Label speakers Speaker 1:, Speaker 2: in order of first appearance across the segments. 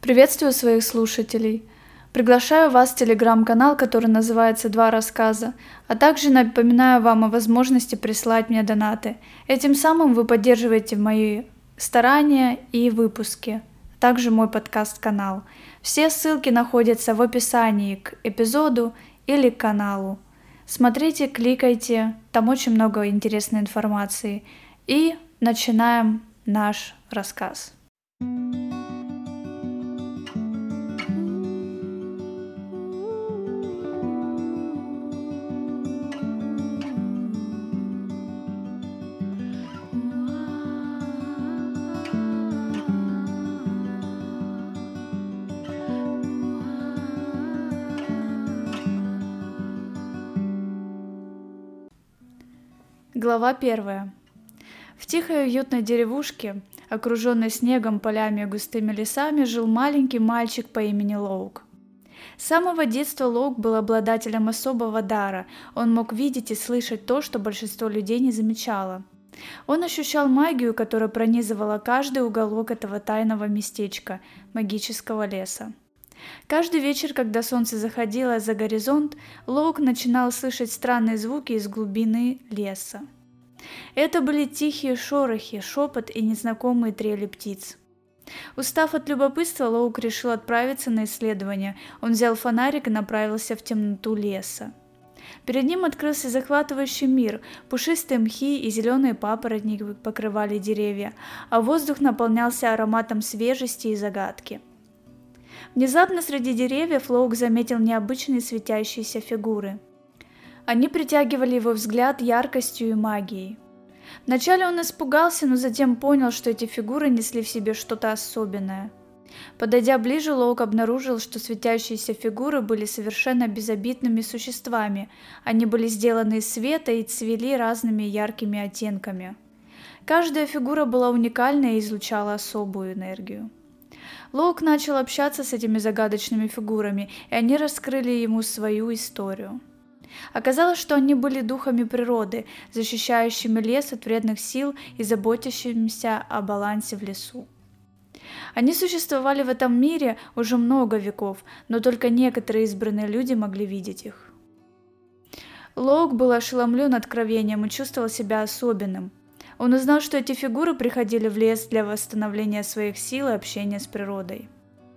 Speaker 1: Приветствую своих слушателей. Приглашаю вас в телеграм-канал, который называется «Два рассказа», а также напоминаю вам о возможности присылать мне донаты. Этим самым вы поддерживаете мои старания и выпуски, а также мой подкаст-канал. Все ссылки находятся в описании к эпизоду или к каналу. Смотрите, кликайте, там очень много интересной информации. И начинаем наш рассказ. Глава 1. В тихой уютной деревушке, окруженной снегом, полями и густыми лесами, жил маленький мальчик по имени Лоук. С самого детства Лоук был обладателем особого дара. Он мог видеть и слышать то, что большинство людей не замечало. Он ощущал магию, которая пронизывала каждый уголок этого тайного местечка, магического леса. Каждый вечер, когда солнце заходило за горизонт, Лоук начинал слышать странные звуки из глубины леса. Это были тихие шорохи, шепот и незнакомые трели птиц. Устав от любопытства, Лоук решил отправиться на исследование. Он взял фонарик и направился в темноту леса. Перед ним открылся захватывающий мир. Пушистые мхи и зеленые папоротники покрывали деревья, а воздух наполнялся ароматом свежести и загадки. Внезапно среди деревьев Лоук заметил необычные светящиеся фигуры. Они притягивали его взгляд яркостью и магией. Вначале он испугался, но затем понял, что эти фигуры несли в себе что-то особенное. Подойдя ближе, Лоук обнаружил, что светящиеся фигуры были совершенно безобидными существами. Они были сделаны из света и цвели разными яркими оттенками. Каждая фигура была уникальна и излучала особую энергию. Лоук начал общаться с этими загадочными фигурами, и они раскрыли ему свою историю. Оказалось, что они были духами природы, защищающими лес от вредных сил и заботящимися о балансе в лесу. Они существовали в этом мире уже много веков, но только некоторые избранные люди могли видеть их. Лоук был ошеломлен откровением и чувствовал себя особенным. Он узнал, что эти фигуры приходили в лес для восстановления своих сил и общения с природой.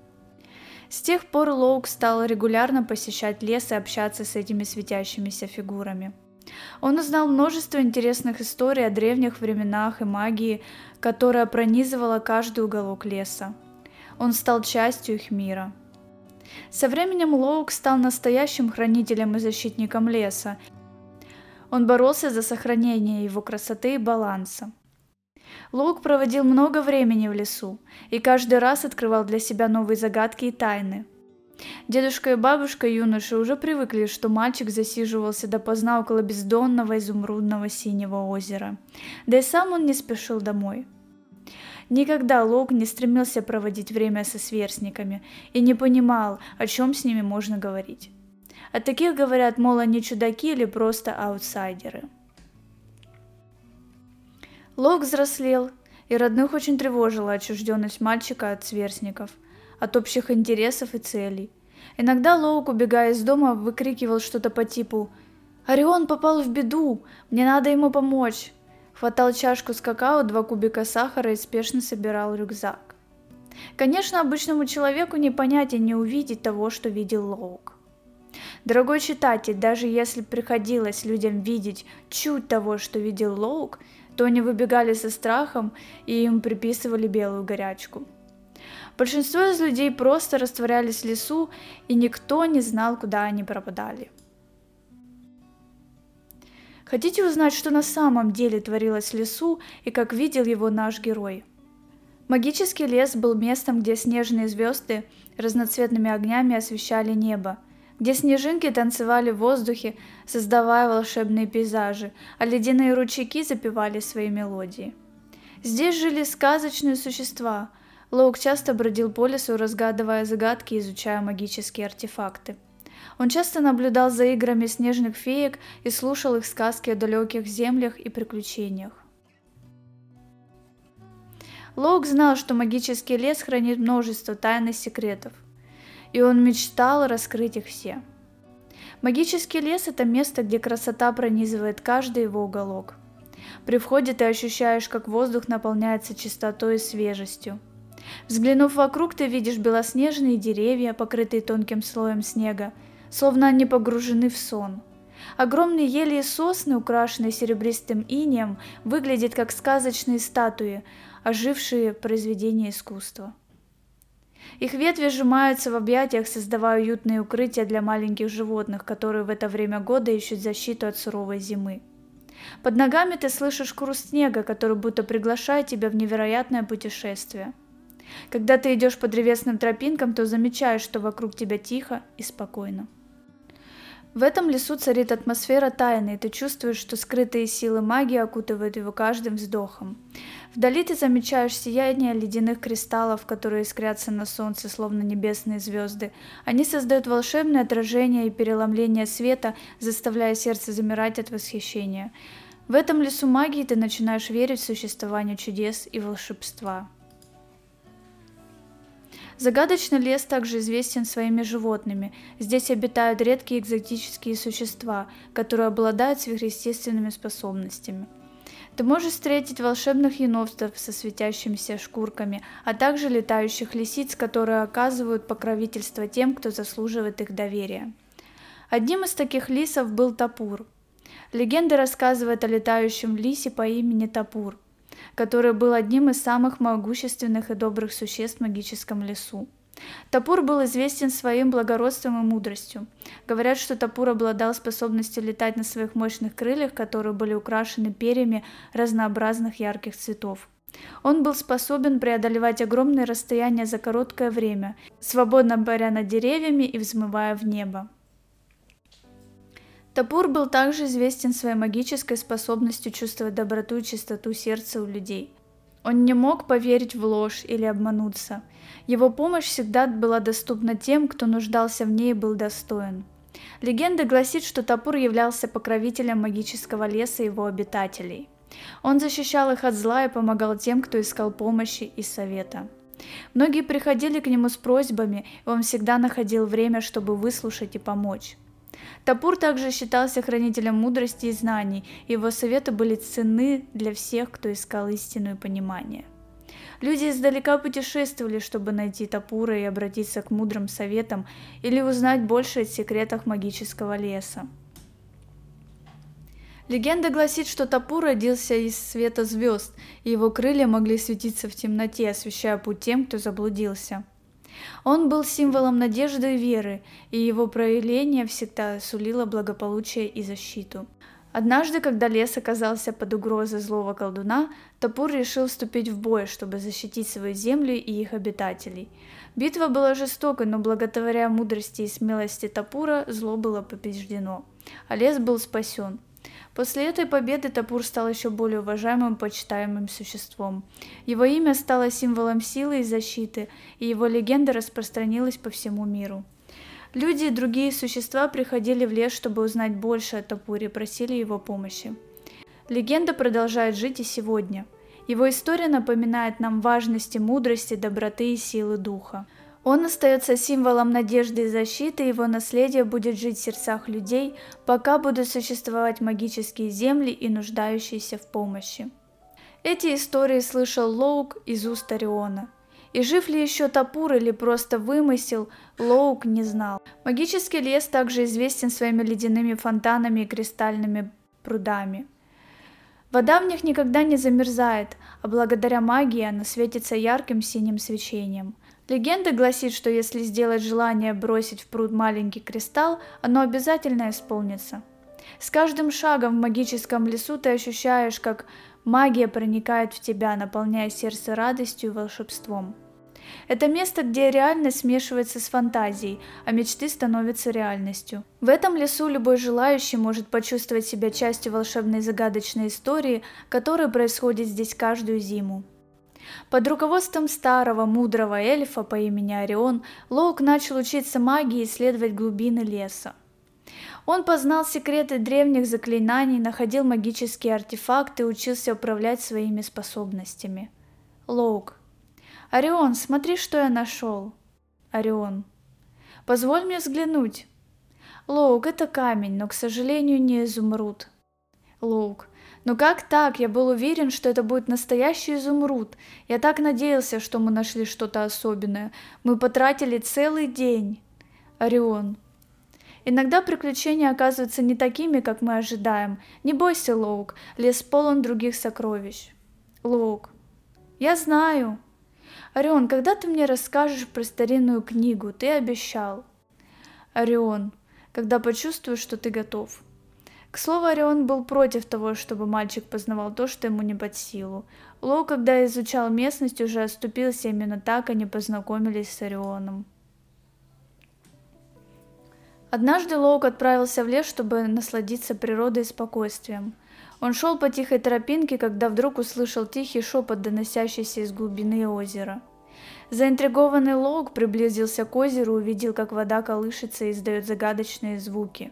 Speaker 1: С тех пор Лоук стал регулярно посещать лес и общаться с этими светящимися фигурами. Он узнал множество интересных историй о древних временах и магии, которая пронизывала каждый уголок леса. Он стал частью их мира. Со временем Лоук стал настоящим хранителем и защитником леса. Он боролся за сохранение его красоты и баланса. Лоук проводил много времени в лесу и каждый раз открывал для себя новые загадки и тайны. Дедушка и бабушка юноши уже привыкли, что мальчик засиживался допоздна около бездонного изумрудного синего озера. Да и сам он не спешил домой. Никогда Лоук не стремился проводить время со сверстниками и не понимал, о чем с ними можно говорить. О таких говорят, мол, они чудаки или просто аутсайдеры. Лоук взрослел, и родных очень тревожила отчужденность мальчика от сверстников, от общих интересов и целей. Иногда Лоук, убегая из дома, выкрикивал что-то по типу «Орион попал в беду! Мне надо ему помочь!» Хватал чашку с какао, 2 кубика сахара и спешно собирал рюкзак. Конечно, обычному человеку не понять и не увидеть того, что видел Лоук. Дорогой читатель, даже если приходилось людям видеть чуть того, что видел Лоук, то они выбегали со страхом и им приписывали белую горячку. Большинство из людей просто растворялись в лесу, и никто не знал, куда они пропадали. Хотите узнать, что на самом деле творилось в лесу и как видел его наш герой? Магический лес был местом, где снежные звезды разноцветными огнями освещали небо, где снежинки танцевали в воздухе, создавая волшебные пейзажи, а ледяные ручейки запевали свои мелодии. Здесь жили сказочные существа. Лоук часто бродил по лесу, разгадывая загадки и изучая магические артефакты. Он часто наблюдал за играми снежных феек и слушал их сказки о далеких землях и приключениях. Лоук знал, что магический лес хранит множество тайных секретов, и он мечтал раскрыть их все. Магический лес – это место, где красота пронизывает каждый его уголок. При входе ты ощущаешь, как воздух наполняется чистотой и свежестью. Взглянув вокруг, ты видишь белоснежные деревья, покрытые тонким слоем снега, словно они погружены в сон. Огромные ели и сосны, украшенные серебристым инеем, выглядят как сказочные статуи, ожившие произведения искусства. Их ветви сжимаются в объятиях, создавая уютные укрытия для маленьких животных, которые в это время года ищут защиту от суровой зимы. Под ногами ты слышишь хруст снега, который будто приглашает тебя в невероятное путешествие. Когда ты идешь по древесным тропинкам, то замечаешь, что вокруг тебя тихо и спокойно. В этом лесу царит атмосфера тайны, и ты чувствуешь, что скрытые силы магии окутывают его каждым вздохом. Вдали ты замечаешь сияние ледяных кристаллов, которые искрятся на солнце, словно небесные звезды. Они создают волшебное отражение и переломление света, заставляя сердце замирать от восхищения. В этом лесу магии ты начинаешь верить в существование чудес и волшебства. Загадочный лес также известен своими животными. Здесь обитают редкие экзотические существа, которые обладают сверхъестественными способностями. Ты можешь встретить волшебных енотов со светящимися шкурками, а также летающих лисиц, которые оказывают покровительство тем, кто заслуживает их доверия. Одним из таких лисов был Тапур. Легенда рассказывает о летающем лисе по имени Тапур, который был одним из самых могущественных и добрых существ в магическом лесу. Тапур был известен своим благородством и мудростью. Говорят, что Тапур обладал способностью летать на своих мощных крыльях, которые были украшены перьями разнообразных ярких цветов. Он был способен преодолевать огромные расстояния за короткое время, свободно паря над деревьями и взмывая в небо. Тапур был также известен своей магической способностью чувствовать доброту и чистоту сердца у людей. Он не мог поверить в ложь или обмануться. Его помощь всегда была доступна тем, кто нуждался в ней и был достоин. Легенда гласит, что Тапур являлся покровителем магического леса и его обитателей. Он защищал их от зла и помогал тем, кто искал помощи и совета. Многие приходили к нему с просьбами, и он всегда находил время, чтобы выслушать и помочь. Тапур также считался хранителем мудрости и знаний, и его советы были ценны для всех, кто искал истину и понимание. Люди издалека путешествовали, чтобы найти Тапура и обратиться к мудрым советам или узнать больше о секретах магического леса. Легенда гласит, что Тапур родился из света звезд, и его крылья могли светиться в темноте, освещая путь тем, кто заблудился. Он был символом надежды и веры, и его проявление всегда сулило благополучие и защиту. Однажды, когда лес оказался под угрозой злого колдуна, Тапур решил вступить в бой, чтобы защитить свою землю и их обитателей. Битва была жестокой, но благодаря мудрости и смелости Тапура зло было побеждено, а лес был спасен. После этой победы Тапур стал еще более уважаемым и почитаемым существом. Его имя стало символом силы и защиты, и его легенда распространилась по всему миру. Люди и другие существа приходили в лес, чтобы узнать больше о Тапуре, и просили его помощи. Легенда продолжает жить и сегодня. Его история напоминает нам важности мудрости, доброты и силы духа. Он остается символом надежды и защиты, его наследие будет жить в сердцах людей, пока будут существовать магические земли и нуждающиеся в помощи. Эти истории слышал Лоук из уст Ориона. И жив ли еще Тапур или просто вымысел, Лоук не знал. Магический лес также известен своими ледяными фонтанами и кристальными прудами. Вода в них никогда не замерзает, а благодаря магии она светится ярким синим свечением. Легенда гласит, что если сделать желание бросить в пруд маленький кристалл, оно обязательно исполнится. С каждым шагом в магическом лесу ты ощущаешь, как магия проникает в тебя, наполняя сердце радостью и волшебством. Это место, где реальность смешивается с фантазией, а мечты становятся реальностью. В этом лесу любой желающий может почувствовать себя частью волшебной загадочной истории, которая происходит здесь каждую зиму. Под руководством старого, мудрого эльфа по имени Орион, Лоук начал учиться магии и исследовать глубины леса. Он познал секреты древних заклинаний, находил магические артефакты и учился управлять своими способностями. Лоук. Орион, смотри, что я нашел. Орион. Позволь мне взглянуть. Лоук, это камень, но, к сожалению, не изумруд. Лоук. Ну как так? Я был уверен, что это будет настоящий изумруд. Я так надеялся, что мы нашли что-то особенное. Мы потратили целый день. Орион. Иногда приключения оказываются не такими, как мы ожидаем. Не бойся, Лоук, лес полон других сокровищ. Лоук. Я знаю. Орион, когда ты мне расскажешь про старинную книгу? Ты обещал. Орион. Когда почувствуешь, что ты готов. К слову, Орион был против того, чтобы мальчик познавал то, что ему не под силу. Лоук, когда изучал местность, уже оступился, именно так они познакомились с Орионом. Однажды Лоук отправился в лес, чтобы насладиться природой и спокойствием. Он шел по тихой тропинке, когда вдруг услышал тихий шепот, доносящийся из глубины озера. Заинтригованный Лоук приблизился к озеру и увидел, как вода колышется и издает загадочные звуки.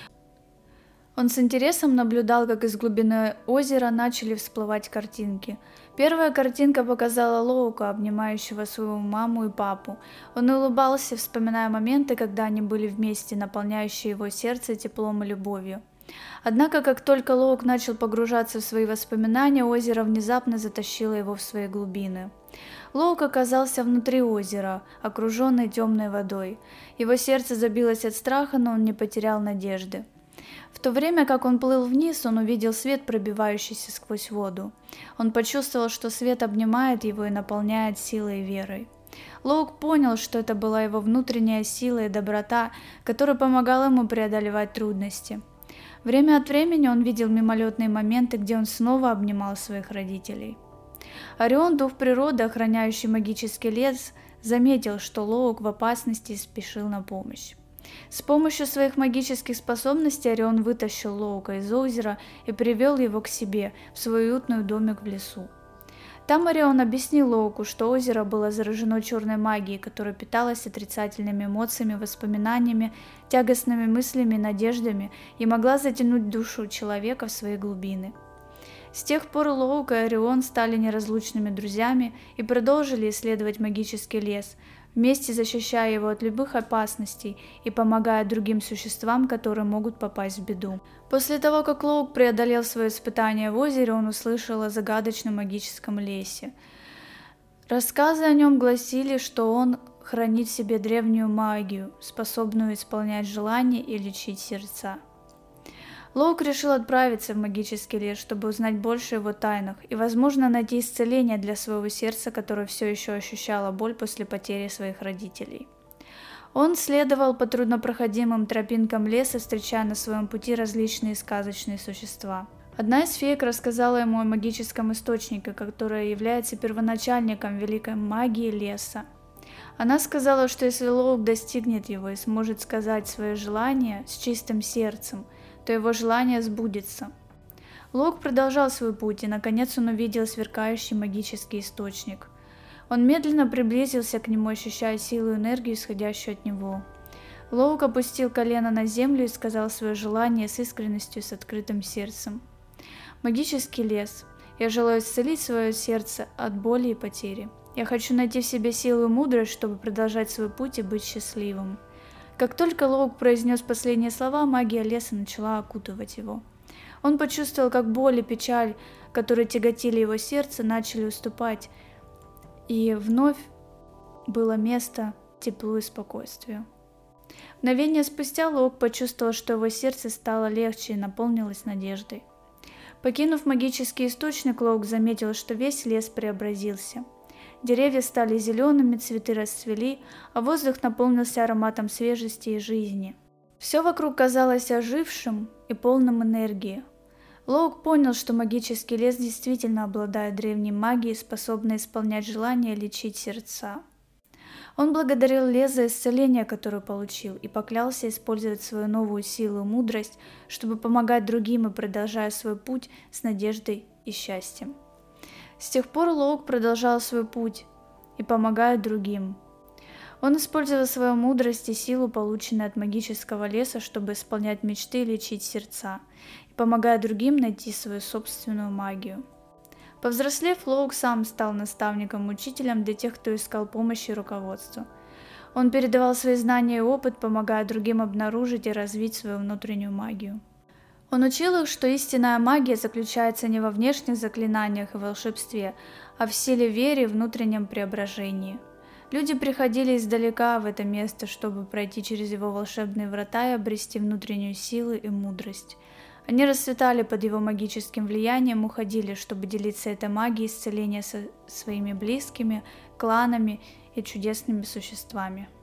Speaker 1: Он с интересом наблюдал, как из глубины озера начали всплывать картинки. Первая картинка показала Лоука, обнимающего свою маму и папу. Он улыбался, вспоминая моменты, когда они были вместе, наполняющие его сердце теплом и любовью. Однако, как только Лоук начал погружаться в свои воспоминания, озеро внезапно затащило его в свои глубины. Лоук оказался внутри озера, окруженный темной водой. Его сердце забилось от страха, но он не потерял надежды. В то время как он плыл вниз, он увидел свет, пробивающийся сквозь воду. Он почувствовал, что свет обнимает его и наполняет силой и верой. Лоук понял, что это была его внутренняя сила и доброта, которая помогала ему преодолевать трудности. Время от времени он видел мимолетные моменты, где он снова обнимал своих родителей. Орион, дух природы, охраняющий магический лес, заметил, что Лоук в опасности и спешил на помощь. С помощью своих магических способностей Орион вытащил Лоука из озера и привел его к себе, в свой уютный домик в лесу. Там Орион объяснил Лоуку, что озеро было заражено черной магией, которая питалась отрицательными эмоциями, воспоминаниями, тягостными мыслями и надеждами и могла затянуть душу человека в свои глубины. С тех пор Лоук и Орион стали неразлучными друзьями и продолжили исследовать магический лес, вместе защищая его от любых опасностей и помогая другим существам, которые могут попасть в беду. После того, как Лоук преодолел свое испытание в озере, он услышал о загадочном магическом лесе. Рассказы о нем гласили, что он хранит в себе древнюю магию, способную исполнять желания и лечить сердца. Лоук решил отправиться в магический лес, чтобы узнать больше о его тайнах и, возможно, найти исцеление для своего сердца, которое все еще ощущало боль после потери своих родителей. Он следовал по труднопроходимым тропинкам леса, встречая на своем пути различные сказочные существа. Одна из феек рассказала ему о магическом источнике, который является первоначальником великой магии леса. Она сказала, что если Лоук достигнет его и сможет сказать свое желание с чистым сердцем, то его желание сбудется. Лоук продолжал свой путь, и наконец он увидел сверкающий магический источник. Он медленно приблизился к нему, ощущая силу и энергию, исходящую от него. Лоук опустил колено на землю и сказал свое желание с искренностью, с открытым сердцем. «Магический лес, я желаю исцелить свое сердце от боли и потери. Я хочу найти в себе силу и мудрость, чтобы продолжать свой путь и быть счастливым». Как только Лоук произнес последние слова, магия леса начала окутывать его. Он почувствовал, как боль и печаль, которые тяготили его сердце, начали уступать, и вновь было место теплу и спокойствию. Мгновение спустя Лоук почувствовал, что его сердце стало легче и наполнилось надеждой. Покинув магический источник, Лоук заметил, что весь лес преобразился. Деревья стали зелеными, цветы расцвели, а воздух наполнился ароматом свежести и жизни. Все вокруг казалось ожившим и полным энергии. Лоук понял, что магический лес действительно обладает древней магией, способной исполнять желания и лечить сердца. Он благодарил лес за исцеление, которое получил, и поклялся использовать свою новую силу и мудрость, чтобы помогать другим и продолжая свой путь с надеждой и счастьем. С тех пор Лоук продолжал свой путь и помогает другим. Он использовал свою мудрость и силу, полученную от магического леса, чтобы исполнять мечты и лечить сердца, и помогая другим найти свою собственную магию. Повзрослев, Лоук сам стал наставником-учителем для тех, кто искал помощи руководству. Он передавал свои знания и опыт, помогая другим обнаружить и развить свою внутреннюю магию. Он учил их, что истинная магия заключается не во внешних заклинаниях и волшебстве, а в силе веры и внутреннем преображении. Люди приходили издалека в это место, чтобы пройти через его волшебные врата и обрести внутреннюю силу и мудрость. Они расцветали под его магическим влиянием, уходили, чтобы делиться этой магией исцеления со своими близкими, кланами и чудесными существами.